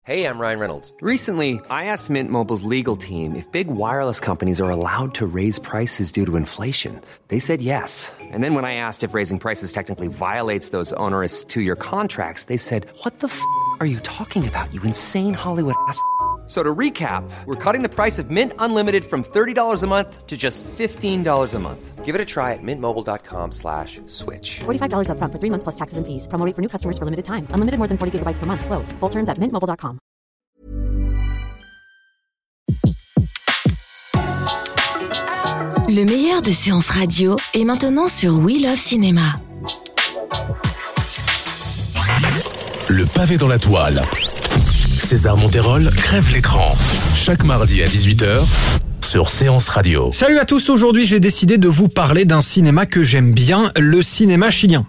Hey, I'm Ryan Reynolds. Recently, I asked Mint Mobile's legal team if big wireless companies are allowed to raise prices due to inflation. They said yes. And then when I asked if raising prices technically violates those onerous two-year contracts, they said, "What the f*** are you talking about, you insane Hollywood ass?" So to recap, we're cutting the price of Mint Unlimited from $30 a month to just $15 a month. Give it a try at mintmobile.com/switch. $45 up front for 3 months plus taxes and fees. Promo rate for new customers for limited time. Unlimited more than 40 gigabytes per month. Slows full terms at mintmobile.com. Le meilleur de séances radio est maintenant sur We Love Cinéma. Le pavé dans la toile. César Monterol crève l'écran. Chaque mardi à 18h sur Séance Radio. Salut à tous, aujourd'hui j'ai décidé de vous parler d'un cinéma que j'aime bien, le cinéma chilien.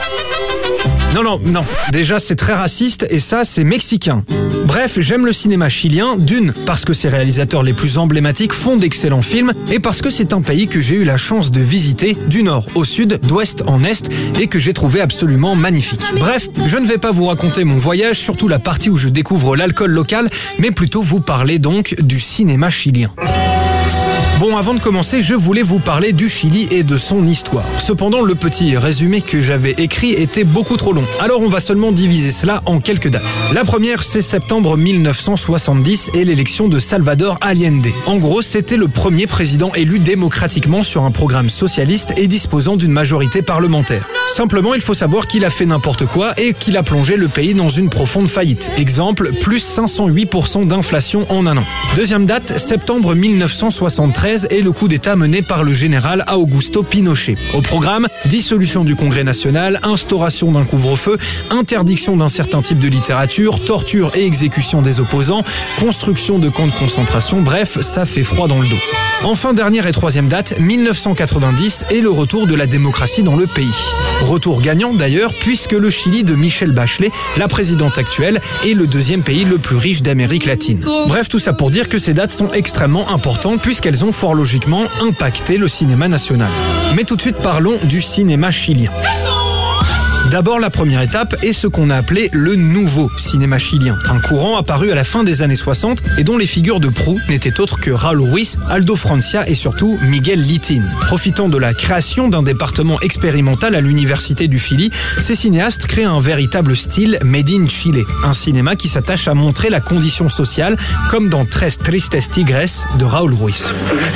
Non, déjà c'est très raciste et ça c'est mexicain. Bref, j'aime le cinéma chilien, d'une, parce que ses réalisateurs les plus emblématiques font d'excellents films et parce que c'est un pays que j'ai eu la chance de visiter du nord au sud, d'ouest en est et que j'ai trouvé absolument magnifique. Bref, je ne vais pas vous raconter mon voyage, surtout la partie où je découvre l'alcool local, mais plutôt vous parler donc du cinéma chilien. Bon, avant de commencer, je voulais vous parler du Chili et de son histoire. Cependant, le petit résumé que j'avais écrit était beaucoup trop long. Alors on va seulement diviser cela en quelques dates. La première, c'est septembre 1970 et l'élection de Salvador Allende. En gros, c'était le premier président élu démocratiquement sur un programme socialiste et disposant d'une majorité parlementaire. Simplement, il faut savoir qu'il a fait n'importe quoi et qu'il a plongé le pays dans une profonde faillite. Exemple, plus 508% d'inflation en un an. Deuxième date, septembre 1973 et le coup d'État mené par le général Augusto Pinochet. Au programme, dissolution du Congrès national, instauration d'un couvre-feu, interdiction d'un certain type de littérature, torture et exécution des opposants, construction de camps de concentration, bref, ça fait froid dans le dos. Enfin, dernière et troisième date, 1990 et le retour de la démocratie dans le pays. Retour gagnant d'ailleurs, puisque le Chili de Michelle Bachelet, la présidente actuelle, est le deuxième pays le plus riche d'Amérique latine. Bref, tout ça pour dire que ces dates sont extrêmement importantes puisqu'elles ont fort logiquement impacté le cinéma national. Mais tout de suite, parlons du cinéma chilien. D'abord, la première étape est ce qu'on a appelé le nouveau cinéma chilien, un courant apparu à la fin des années 60 et dont les figures de proue n'étaient autres que Raúl Ruiz, Aldo Francia et surtout Miguel Litin. Profitant de la création d'un département expérimental à l'Université du Chili, ces cinéastes créent un véritable style made in Chile, un cinéma qui s'attache à montrer la condition sociale, comme dans Tres Tristes Tigres de Raúl Ruiz.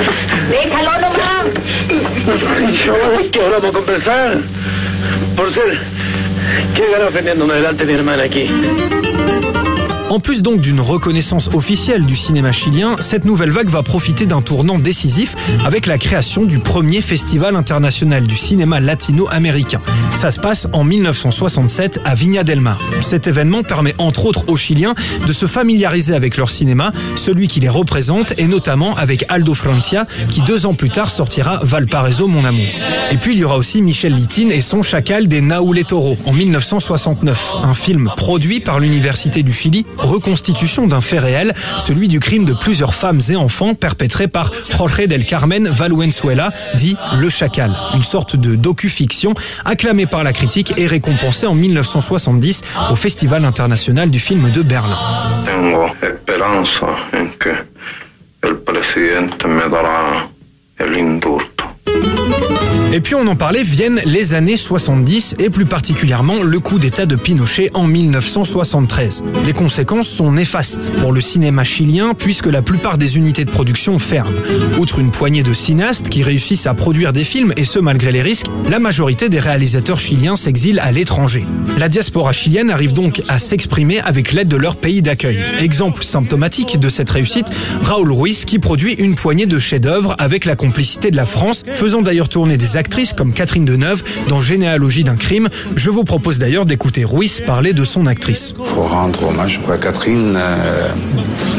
En plus donc d'une reconnaissance officielle du cinéma chilien, cette nouvelle vague va profiter d'un tournant décisif avec la création du premier festival international du cinéma latino-américain. Ça se passe en 1967 à Viña del Mar. Cet événement permet entre autres aux Chiliens de se familiariser avec leur cinéma, celui qui les représente et notamment avec Aldo Francia qui 2 ans plus tard sortira Valparaiso mon amour. Et puis il y aura aussi Michel Litin et son Chacal des Nahuel Toro en 1969, un film produit par l'Université du Chili, reconstitution d'un fait réel, celui du crime de plusieurs femmes et enfants perpétré par Jorge del Carmen Valenzuela, dit Le Chacal, une sorte de docu-fiction acclamée par la critique et récompensée en 1970 au Festival international du film de Berlin. Tengo esperanza en que el presidente me dará el indulto. Et puis on en parlait, viennent les années 70 et plus particulièrement le coup d'État de Pinochet en 1973. Les conséquences sont néfastes pour le cinéma chilien puisque la plupart des unités de production ferment. Outre une poignée de cinéastes qui réussissent à produire des films et ce malgré les risques, la majorité des réalisateurs chiliens s'exilent à l'étranger. La diaspora chilienne arrive donc à s'exprimer avec l'aide de leur pays d'accueil. Exemple symptomatique de cette réussite, Raúl Ruiz qui produit une poignée de chefs-d'œuvre avec la complicité de la France, faisant d'ailleurs tourner des actrices comme Catherine Deneuve dans Généalogie d'un crime. Je vous propose d'ailleurs d'écouter Ruiz parler de son actrice. Faut rendre hommage à Catherine,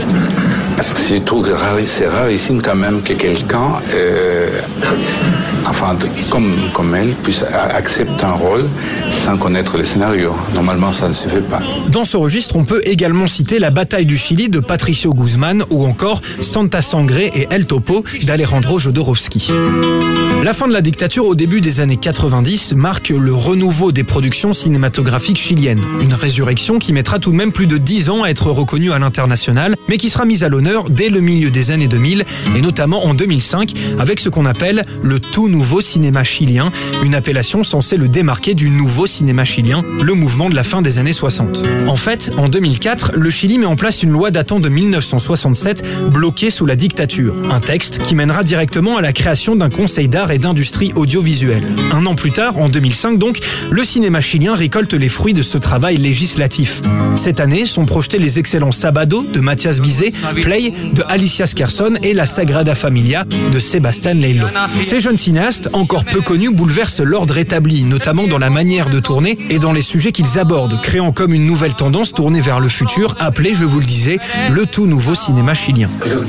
parce que c'est rarissime quand même que quelqu'un, enfin, comme elle, puisse accepter un rôle sans connaître le scénario. Normalement, ça ne se fait pas. Dans ce registre, on peut également citer La bataille du Chili de Patricio Guzmán ou encore Santa Sangre et El Topo d'Alejandro Jodorowsky. La fin de la dictature au début des années 90 marque le renouveau des productions cinématographiques chiliennes. Une résurrection qui mettra tout de même plus de 10 ans à être reconnue à l'international, mais qui sera mise à l'honneur dès le milieu des années 2000 et notamment en 2005 avec ce qu'on appelle le tout nouveau cinéma chilien, une appellation censée le démarquer du nouveau cinéma chilien, le mouvement de la fin des années 60. En fait, en 2004, le Chili met en place une loi datant de 1967 bloquée sous la dictature. Un texte qui mènera directement à la création d'un conseil d'art et d'industrie audiovisuelle. Un an plus tard, en 2005 donc, le cinéma chilien récolte les fruits de ce travail législatif. Cette année sont projetés les excellents Sabado de Mathias Bizet, Play de Alicia Skerson et La Sagrada Familia de Sebastián Lelio. Ces jeunes cinéastes, encore peu connus, bouleversent l'ordre établi, notamment dans la manière de tourner et dans les sujets qu'ils abordent, créant comme une nouvelle tendance tournée vers le futur, appelée, je vous le disais, le tout nouveau cinéma chilien.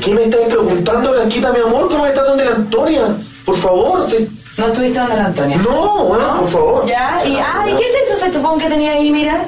Por favor. ¿No estuviste donde la Antonia? No, bueno, por favor. Ya, ¿y qué texto se supone que tenía ahí, mira?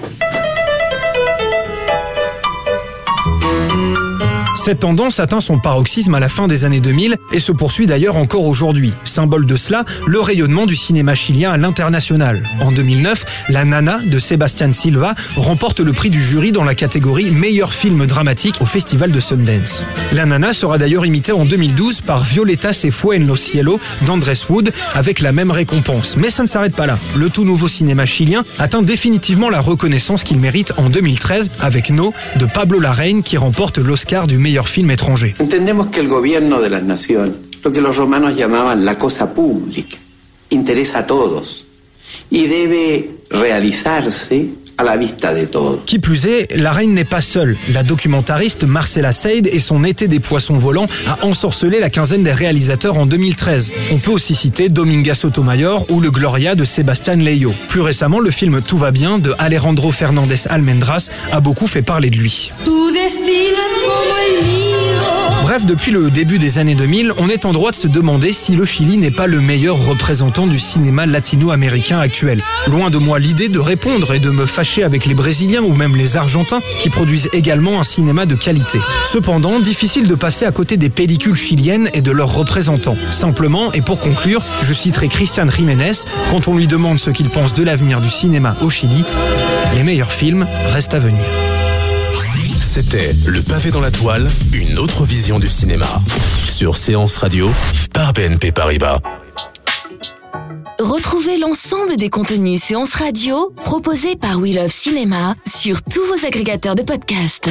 Cette tendance atteint son paroxysme à la fin des années 2000 et se poursuit d'ailleurs encore aujourd'hui. Symbole de cela, le rayonnement du cinéma chilien à l'international. En 2009, La Nana de Sebastián Silva remporte le prix du jury dans la catégorie meilleur film dramatique au festival de Sundance. La Nana sera d'ailleurs imitée en 2012 par Violeta se fue en los cielos d'Andrés Wood avec la même récompense. Mais ça ne s'arrête pas là. Le tout nouveau cinéma chilien atteint définitivement la reconnaissance qu'il mérite en 2013 avec No de Pablo Larraín qui remporte l'Oscar du meilleur film étranger. Entendemos que el gobierno de las naciones, lo que los romanos llamaban la cosa pública, interesa a todos y debe realizarse à la vista de todos. Qui plus est, Larraín n'est pas seule. La documentariste Marcela Seid et son Été des poissons volants a ensorcelé la quinzaine des réalisateurs en 2013. On peut aussi citer Dominga Sotomayor ou le Gloria de Sebastián Lelio. Plus récemment, le film Tout va bien de Alejandro Fernández Almendras a beaucoup fait parler de lui. Bref, depuis le début des années 2000, on est en droit de se demander si le Chili n'est pas le meilleur représentant du cinéma latino-américain actuel. Loin de moi l'idée de répondre et de me fâcher avec les Brésiliens ou même les Argentins qui produisent également un cinéma de qualité. Cependant, difficile de passer à côté des pellicules chiliennes et de leurs représentants. Simplement, et pour conclure, je citerai Christian Jiménez quand on lui demande ce qu'il pense de l'avenir du cinéma au Chili. Les meilleurs films restent à venir. C'était Le Pavé dans la Toile, une autre vision du cinéma. Sur Séance Radio, par BNP Paribas. Retrouvez l'ensemble des contenus Séance Radio proposés par We Love Cinéma sur tous vos agrégateurs de podcasts.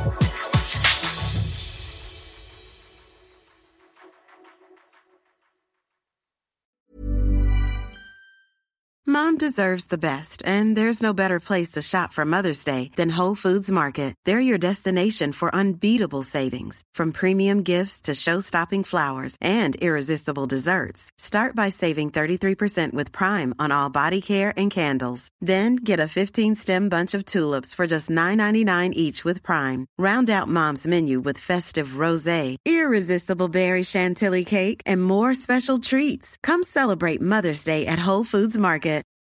Mom deserves the best, and there's no better place to shop for Mother's Day than Whole Foods Market. They're your destination for unbeatable savings, from premium gifts to show-stopping flowers and irresistible desserts. Start by saving 33% with Prime on all body care and candles. Then get a 15-stem bunch of tulips for just $9.99 each with Prime. Round out Mom's menu with festive rosé, irresistible berry chantilly cake, and more special treats. Come celebrate Mother's Day at Whole Foods Market.